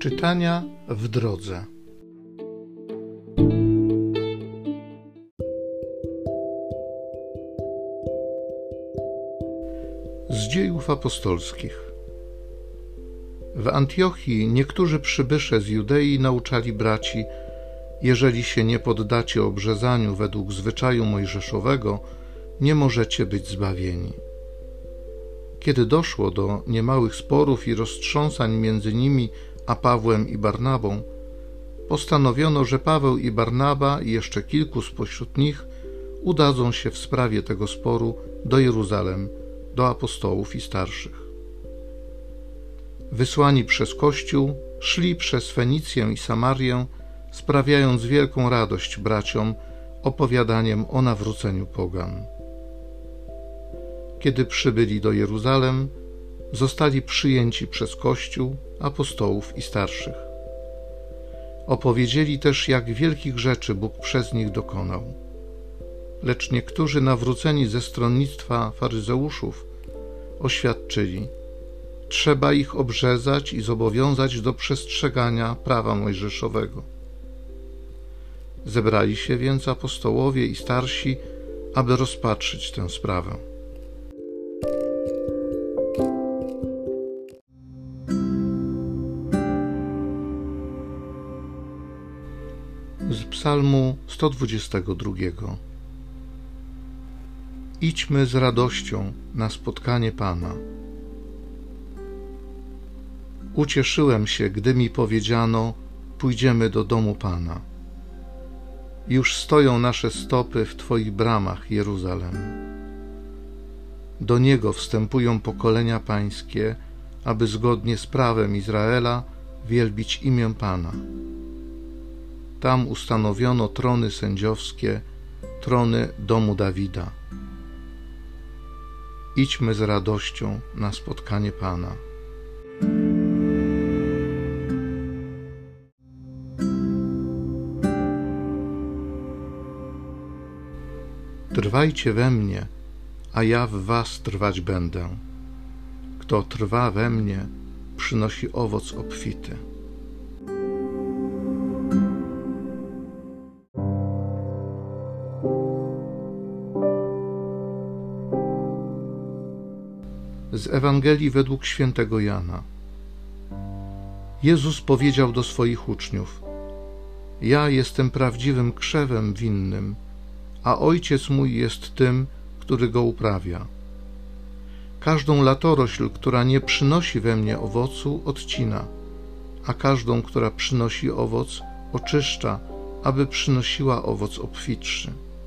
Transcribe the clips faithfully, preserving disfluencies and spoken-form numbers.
Czytania w drodze. Z Dziejów Apostolskich. W Antiochii niektórzy przybysze z Judei nauczali braci: jeżeli się nie poddacie obrzezaniu według zwyczaju mojżeszowego, nie możecie być zbawieni. Kiedy doszło do niemałych sporów i roztrząsań między nimi a Pawłem i Barnabą, postanowiono, że Paweł i Barnaba i jeszcze kilku spośród nich udadzą się w sprawie tego sporu do Jeruzalem, do apostołów i starszych. Wysłani przez Kościół, szli przez Fenicję i Samarię, sprawiając wielką radość braciom opowiadaniem o nawróceniu pogan. Kiedy przybyli do Jeruzalem, zostali przyjęci przez Kościół, apostołów i starszych. Opowiedzieli też, jak wielkich rzeczy Bóg przez nich dokonał. Lecz niektórzy nawróceni ze stronnictwa faryzeuszów oświadczyli: trzeba ich obrzezać i zobowiązać do przestrzegania prawa mojżeszowego. Zebrali się więc apostołowie i starsi, aby rozpatrzyć tę sprawę. Z Psalmu sto dwudziestego drugiego. Idźmy z radością na spotkanie Pana. Ucieszyłem się, gdy mi powiedziano: pójdziemy do domu Pana. Już stoją nasze stopy w Twoich bramach, Jeruzalem. Do Niego wstępują pokolenia pańskie, aby zgodnie z prawem Izraela wielbić imię Pana. Tam ustanowiono trony sędziowskie, trony domu Dawida. Idźmy z radością na spotkanie Pana. Trwajcie we mnie, a ja w was trwać będę. Kto trwa we mnie, przynosi owoc obfity. Z Ewangelii według świętego Jana. Jezus powiedział do swoich uczniów: ja jestem prawdziwym krzewem winnym, a Ojciec mój jest tym, który go uprawia. Każdą latorośl, która nie przynosi we mnie owocu, odcina, a każdą, która przynosi owoc, oczyszcza, aby przynosiła owoc obfitszy.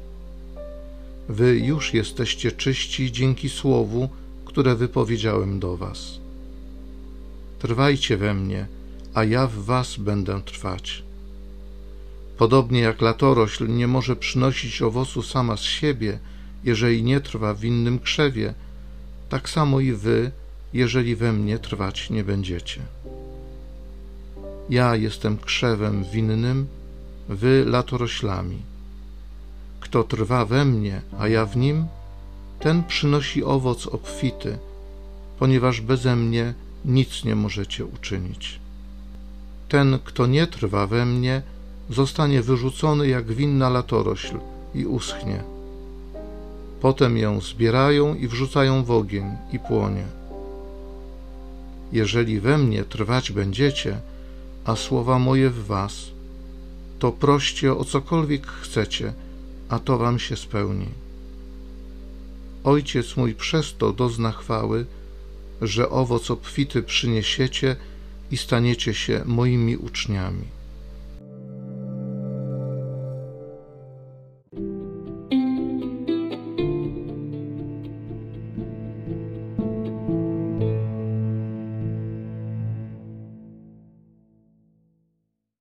Wy już jesteście czyści dzięki słowu, które wypowiedziałem do was. Trwajcie we mnie, a ja w was będę trwać. Podobnie jak latorośl nie może przynosić owocu sama z siebie, jeżeli nie trwa w innym krzewie, tak samo i wy, jeżeli we mnie trwać nie będziecie. Ja jestem krzewem winnym, wy latoroślami. Kto trwa we mnie, a ja w nim, ten przynosi owoc obfity, ponieważ beze mnie nic nie możecie uczynić. Ten, kto nie trwa we mnie, zostanie wyrzucony jak winna latorośl i uschnie. Potem ją zbierają i wrzucają w ogień i płonie. Jeżeli we mnie trwać będziecie, a słowa moje w was, to proście o cokolwiek chcecie, a to wam się spełni. Ojciec mój przez to dozna chwały, że owoc obfity przyniesiecie i staniecie się moimi uczniami.